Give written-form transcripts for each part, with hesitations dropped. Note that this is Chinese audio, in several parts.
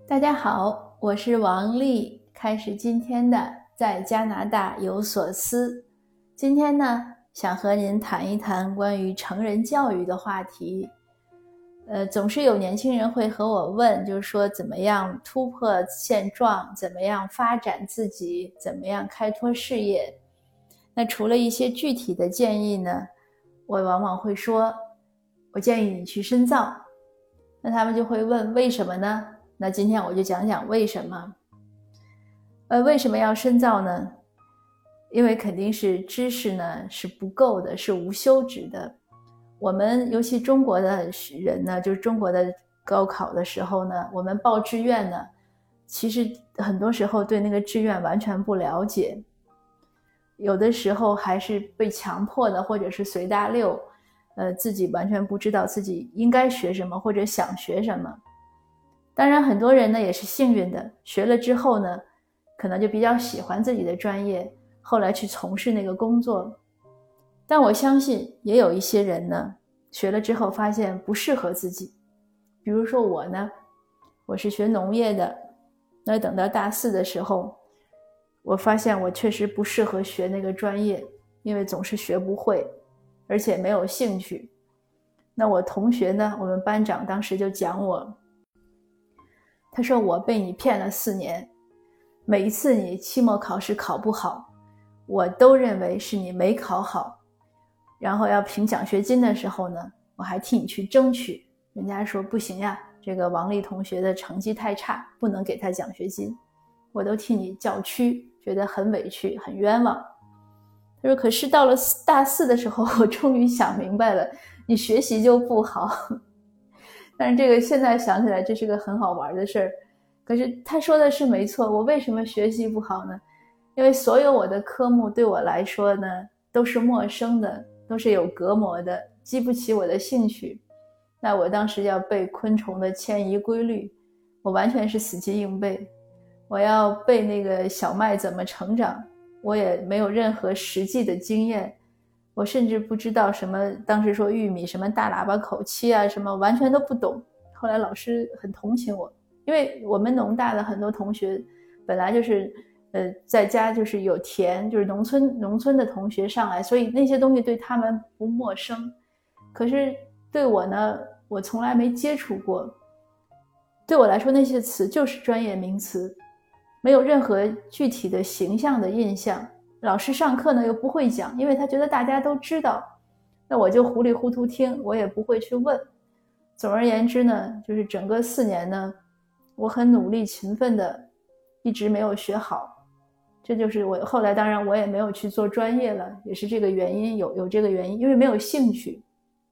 大家好，我是王丽，开始今天的在加拿大有所思。今天呢，想和您谈一谈关于成人教育的话题。总是有年轻人会和我问，就是说怎么样突破现状，怎么样发展自己，怎么样开拓事业。那除了一些具体的建议呢，我往往会说，我建议你去深造。那他们就会问为什么呢？那今天我就讲讲为什么。为什么要深造呢？因为肯定是知识呢是不够的，是无休止的。我们尤其中国的人呢，就是中国的高考的时候呢，我们报志愿呢，其实很多时候对那个志愿完全不了解，有的时候还是被强迫的，或者是随大溜，自己完全不知道自己应该学什么或者想学什么。当然很多人呢也是幸运的，学了之后呢可能就比较喜欢自己的专业，后来去从事那个工作。但我相信也有一些人呢学了之后发现不适合自己。比如说我呢，我是学农业的，那等到大4的时候，我发现我确实不适合学那个专业，因为总是学不会，而且没有兴趣。那我同学呢，我们班长当时就讲我，他说我被你骗了4年，每一次你期末考试考不好，我都认为是你没考好，然后要评奖学金的时候呢，我还替你去争取，人家说不行呀，这个王丽同学的成绩太差，不能给他奖学金，我都替你叫屈，觉得很委屈很冤枉。他说可是到了大4的时候，我终于想明白了，你学习就不好。但是这个现在想起来这是个很好玩的事儿，可是他说的是没错。我为什么学习不好呢？因为所有我的科目对我来说呢都是陌生的，都是有隔膜的，激不起我的兴趣。那我当时要背昆虫的迁移规律，我完全是死记硬背。我要背那个小麦怎么成长，我也没有任何实际的经验，我甚至不知道什么当时说玉米什么大喇叭口期啊，什么完全都不懂。后来老师很同情我，因为我们农大的很多同学本来就是在家就是有田，就是农村的同学上来，所以那些东西对他们不陌生。可是对我呢，我从来没接触过，对我来说那些词就是专业名词，没有任何具体的形象的印象。老师上课呢又不会讲，因为他觉得大家都知道，那我就糊里糊涂听，我也不会去问。总而言之呢，就是整个4年呢，我很努力勤奋的一直没有学好。这就是我后来当然我也没有去做专业了，也是这个原因，有这个原因，因为没有兴趣。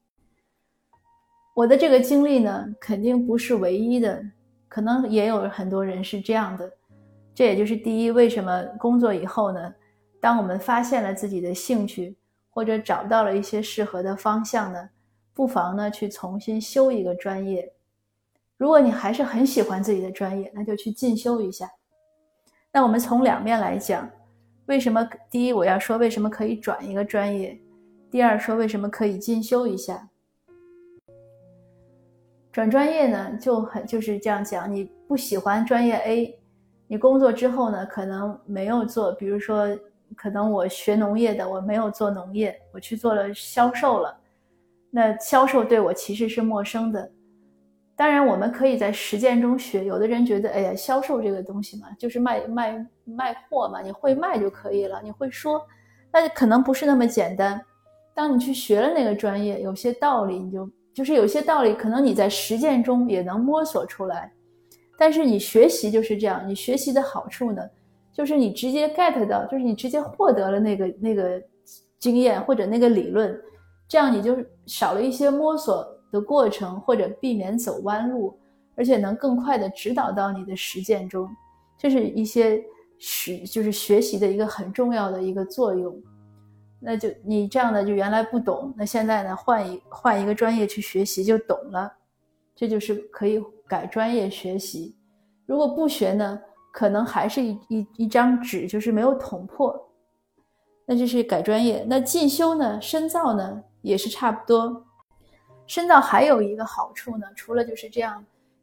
我的这个经历呢肯定不是唯一的，可能也有很多人是这样的。这也就是第一，为什么工作以后呢，当我们发现了自己的兴趣，或者找到了一些适合的方向呢，不妨呢去重新修一个专业。如果你还是很喜欢自己的专业，那就去进修一下。那我们从2面来讲，为什么第一我要说为什么可以转一个专业，第二说为什么可以进修一下。转专业呢就是这样讲，你不喜欢专业 A， 你工作之后呢可能没有做，比如说可能我学农业的，我没有做农业，我去做了销售了，那销售对我其实是陌生的。当然我们可以在实践中学，有的人觉得哎呀，销售这个东西嘛，就是卖货嘛，你会卖就可以了，你会说，那可能不是那么简单。当你去学了那个专业，有些道理就是有些道理可能你在实践中也能摸索出来。但是你学习就是这样，你学习的好处呢，就是你直接 get 到，就是你直接获得了那个经验或者那个理论，这样你就少了一些摸索的过程，或者避免走弯路，而且能更快的指导到你的实践中。这是一些就是学习的一个很重要的一个作用。那就你这样的就原来不懂，那现在呢换一个专业去学习就懂了，这就是可以改专业学习。如果不学呢，可能还是一张纸，就是没有捅破，那就是改专业。那进修呢，深造呢也是差不多。深造还有一个好处呢，除了就是这样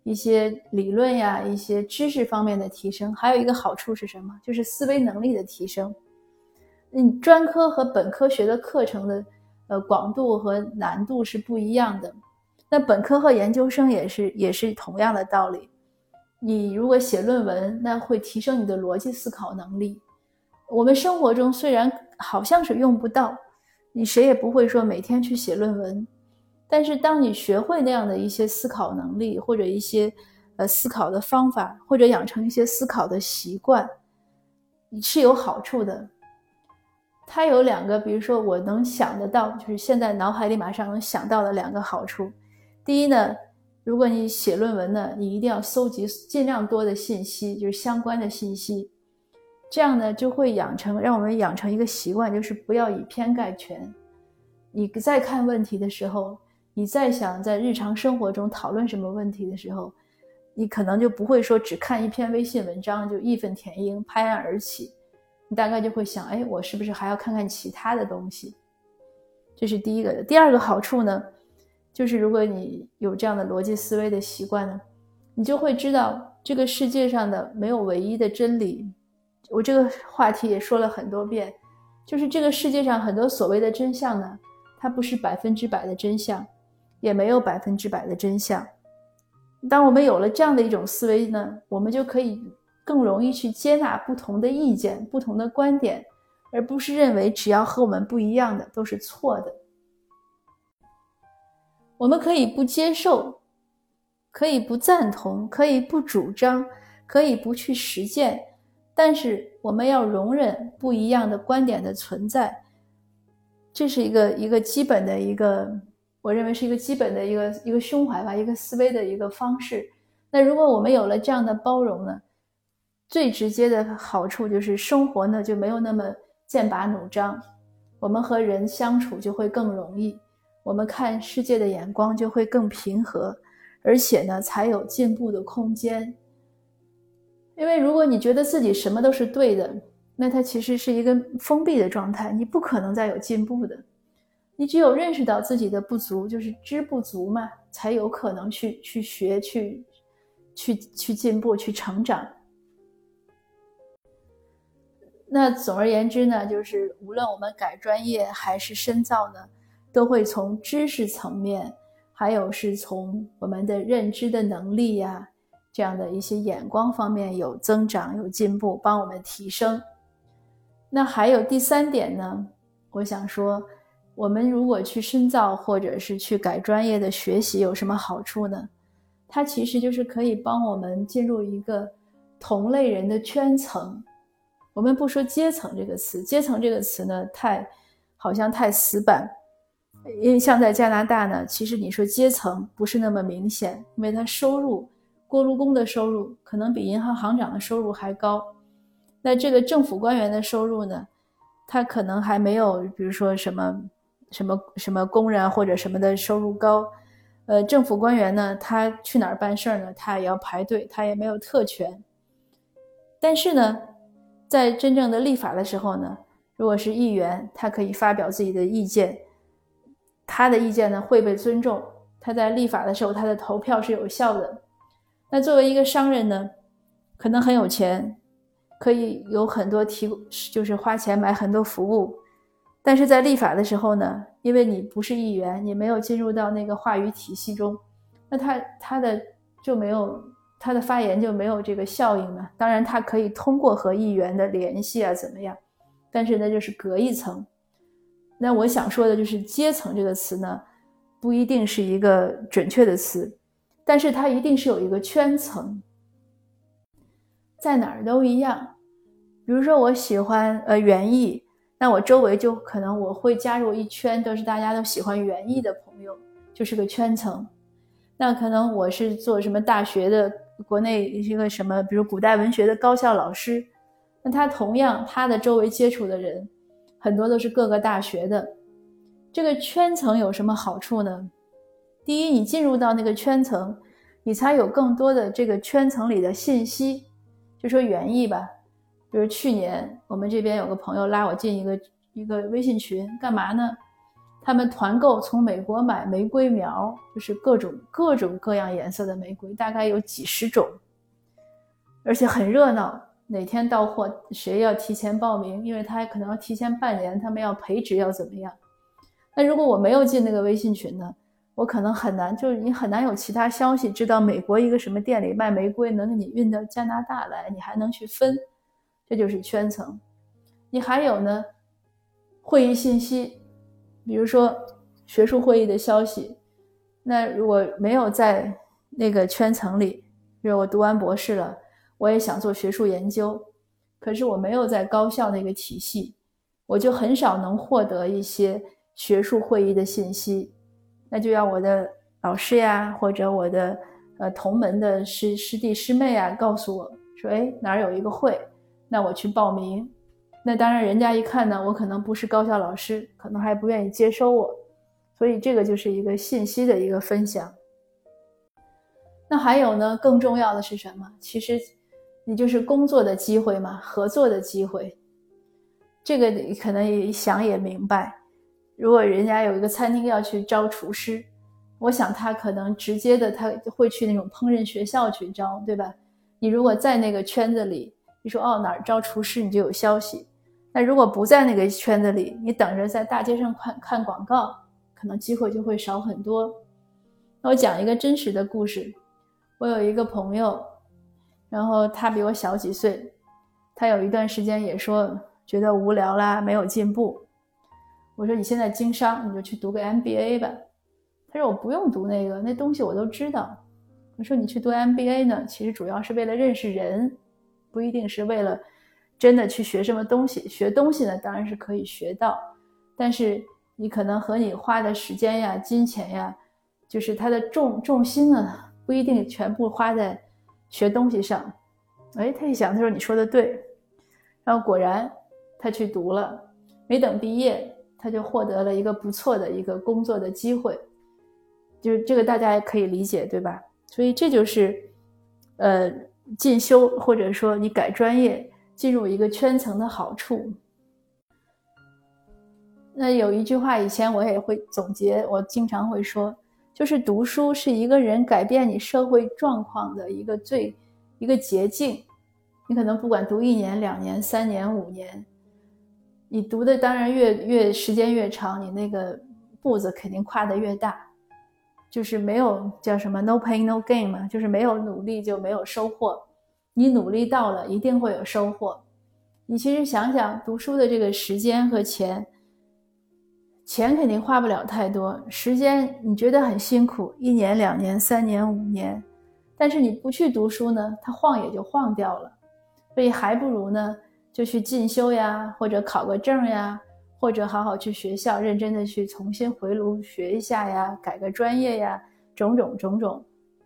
一些理论呀，一些知识方面的提升。还有一个好处是什么？就是思维能力的提升。你专科和本科学的课程的广度和难度是不一样的。那本科和研究生也是同样的道理。你如果写论文，那会提升你的逻辑思考能力。我们生活中虽然好像是用不到，你谁也不会说每天去写论文，但是当你学会那样的一些思考能力，或者一些思考的方法，或者养成一些思考的习惯，是有好处的。它有两个，比如说我能想得到，就是现在脑海里马上能想到的两个好处。第一呢，如果你写论文呢，你一定要搜集尽量多的信息，就是相关的信息。这样呢，就会让我们养成一个习惯，就是不要以偏概全。你再看问题的时候，你再想在日常生活中讨论什么问题的时候，你可能就不会说只看一篇微信文章就义愤填膺拍案而起，你大概就会想，我是不是还要看看其他的东西。这是第一个的。第二个好处呢，就是如果你有这样的逻辑思维的习惯呢，你就会知道这个世界上的没有唯一的真理。我这个话题也说了很多遍，就是这个世界上很多所谓的真相呢，它不是100%的真相，也没有100%的真相。当我们有了这样的一种思维呢，我们就可以更容易去接纳不同的意见，不同的观点，而不是认为只要和我们不一样的都是错的。我们可以不接受，可以不赞同，可以不主张，可以不去实践，但是我们要容忍不一样的观点的存在。这是一个基本的我认为是一个基本的一个胸怀吧，一个思维的一个方式。那如果我们有了这样的包容呢，最直接的好处就是生活呢就没有那么剑拔弩张，我们和人相处就会更容易，我们看世界的眼光就会更平和，而且呢才有进步的空间。因为如果你觉得自己什么都是对的，那它其实是一个封闭的状态，你不可能再有进步的。你只有认识到自己的不足，就是知不足嘛，才有可能去学，去进步，去成长。那总而言之呢，就是无论我们改专业还是深造呢，都会从知识层面，还有是从我们的认知的能力呀，这样的一些眼光方面有增长有进步，帮我们提升。那还有第三点呢，我想说，我们如果去深造或者是去改专业的学习有什么好处呢？它其实就是可以帮我们进入一个同类人的圈层。我们不说阶层这个词，阶层这个词呢好像太死板。因为像在加拿大呢，其实你说阶层不是那么明显，因为它收入，锅炉工的收入可能比银行行长的收入还高。那这个政府官员的收入呢，他可能还没有比如说什么工人或者什么的收入高。政府官员呢，他去哪儿办事呢，他也要排队，他也没有特权。但是呢，在真正的立法的时候呢，如果是议员，他可以发表自己的意见，他的意见呢会被尊重，他在立法的时候他的投票是有效的。那作为一个商人呢，可能很有钱，可以有很多就是花钱买很多服务，但是在立法的时候呢，因为你不是议员，你没有进入到那个话语体系中，那他的发言就没有这个效应了。当然他可以通过和议员的联系啊怎么样，但是呢就是隔一层。那我想说的就是阶层这个词呢，不一定是一个准确的词，但是它一定是有一个圈层，在哪儿都一样。比如说我喜欢园艺，那我周围就可能我会加入一圈都是大家都喜欢园艺的朋友，就是个圈层。那可能我是做什么大学的，国内一个什么比如古代文学的高校老师，那他同样他的周围接触的人很多都是各个大学的。这个圈层有什么好处呢？第一，你进入到那个圈层，你才有更多的这个圈层里的信息。就说园艺吧，比如去年我们这边有个朋友拉我进一个微信群，干嘛呢？ 他们团购从美国买玫瑰苗，就是各种各样颜色的玫瑰，大概有几十种，而且很热闹。哪天到货谁要提前报名，因为他可能要提前半年，他们要培植要怎么样。那如果我没有进那个微信群呢，我可能很难，就是你很难有其他消息知道美国一个什么店里卖玫瑰能给你运到加拿大来，你还能去分，这就是圈层。你还有呢，会议信息，比如说学术会议的消息，那如果没有在那个圈层里，比如我读完博士了，我也想做学术研究，可是我没有在高校那个体系，我就很少能获得一些学术会议的信息，那就要我的老师呀，或者我的同门的师弟师妹啊，告诉我说，哪儿有一个会，那我去报名。那当然人家一看呢，我可能不是高校老师，可能还不愿意接收我，所以这个就是一个信息的一个分享。那还有呢，更重要的是什么？其实你就是工作的机会嘛，合作的机会。这个你可能也想也明白，如果人家有一个餐厅要去招厨师，我想他可能直接的他会去那种烹饪学校去招，对吧？你如果在那个圈子里，你说哪儿招厨师，你就有消息。那如果不在那个圈子里，你等着在大街上看广告，可能机会就会少很多。那我讲一个真实的故事。我有一个朋友，然后他比我小几岁，他有一段时间也说觉得无聊啦，没有进步。我说你现在经商，你就去读个 MBA 吧。他说我不用读那个，那东西我都知道。我说你去读 MBA 呢，其实主要是为了认识人，不一定是为了真的去学什么东西。学东西呢当然是可以学到，但是你可能和你花的时间呀、金钱呀，就是它的重心呢不一定全部花在学东西上。他一想，他说你说的对。然后果然他去读了，没等毕业他就获得了一个不错的一个工作的机会，就是这个大家也可以理解，对吧？所以这就是进修或者说你改专业进入一个圈层的好处。那有一句话以前我也会总结，我经常会说，就是读书是一个人改变你社会状况的一个捷径。你可能不管读1年、2年、3年、5年，你读的当然越时间越长，你那个步子肯定跨得越大。就是没有叫什么 no pain no gain 嘛，就是没有努力就没有收获。你努力到了，一定会有收获。你其实想想，读书的这个时间和钱肯定花不了太多，时间你觉得很辛苦，1年、2年、3年、5年，但是你不去读书呢，它晃也就晃掉了。所以还不如呢，就去进修呀，或者考个证呀，或者好好去学校认真的去重新回炉学一下呀，改个专业呀，种种。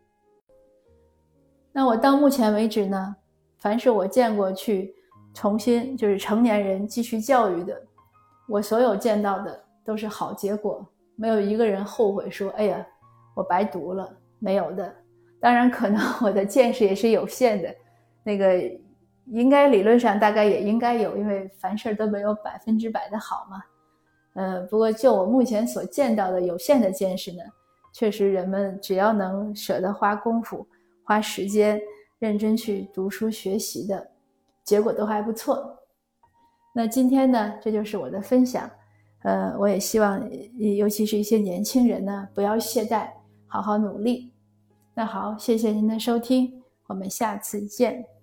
那我到目前为止呢，凡是我见过去重新就是成年人继续教育的，我所有见到的都是好结果，没有一个人后悔说哎呀我白读了，没有的。当然可能我的见识也是有限的，那个应该理论上大概也应该有，因为凡事都没有100%的好嘛。不过就我目前所见到的有限的见识呢，确实人们只要能舍得花功夫花时间认真去读书学习的，结果都还不错。那今天呢，这就是我的分享。我也希望尤其是一些年轻人呢，不要懈怠，好好努力。那好，谢谢您的收听，我们下次见。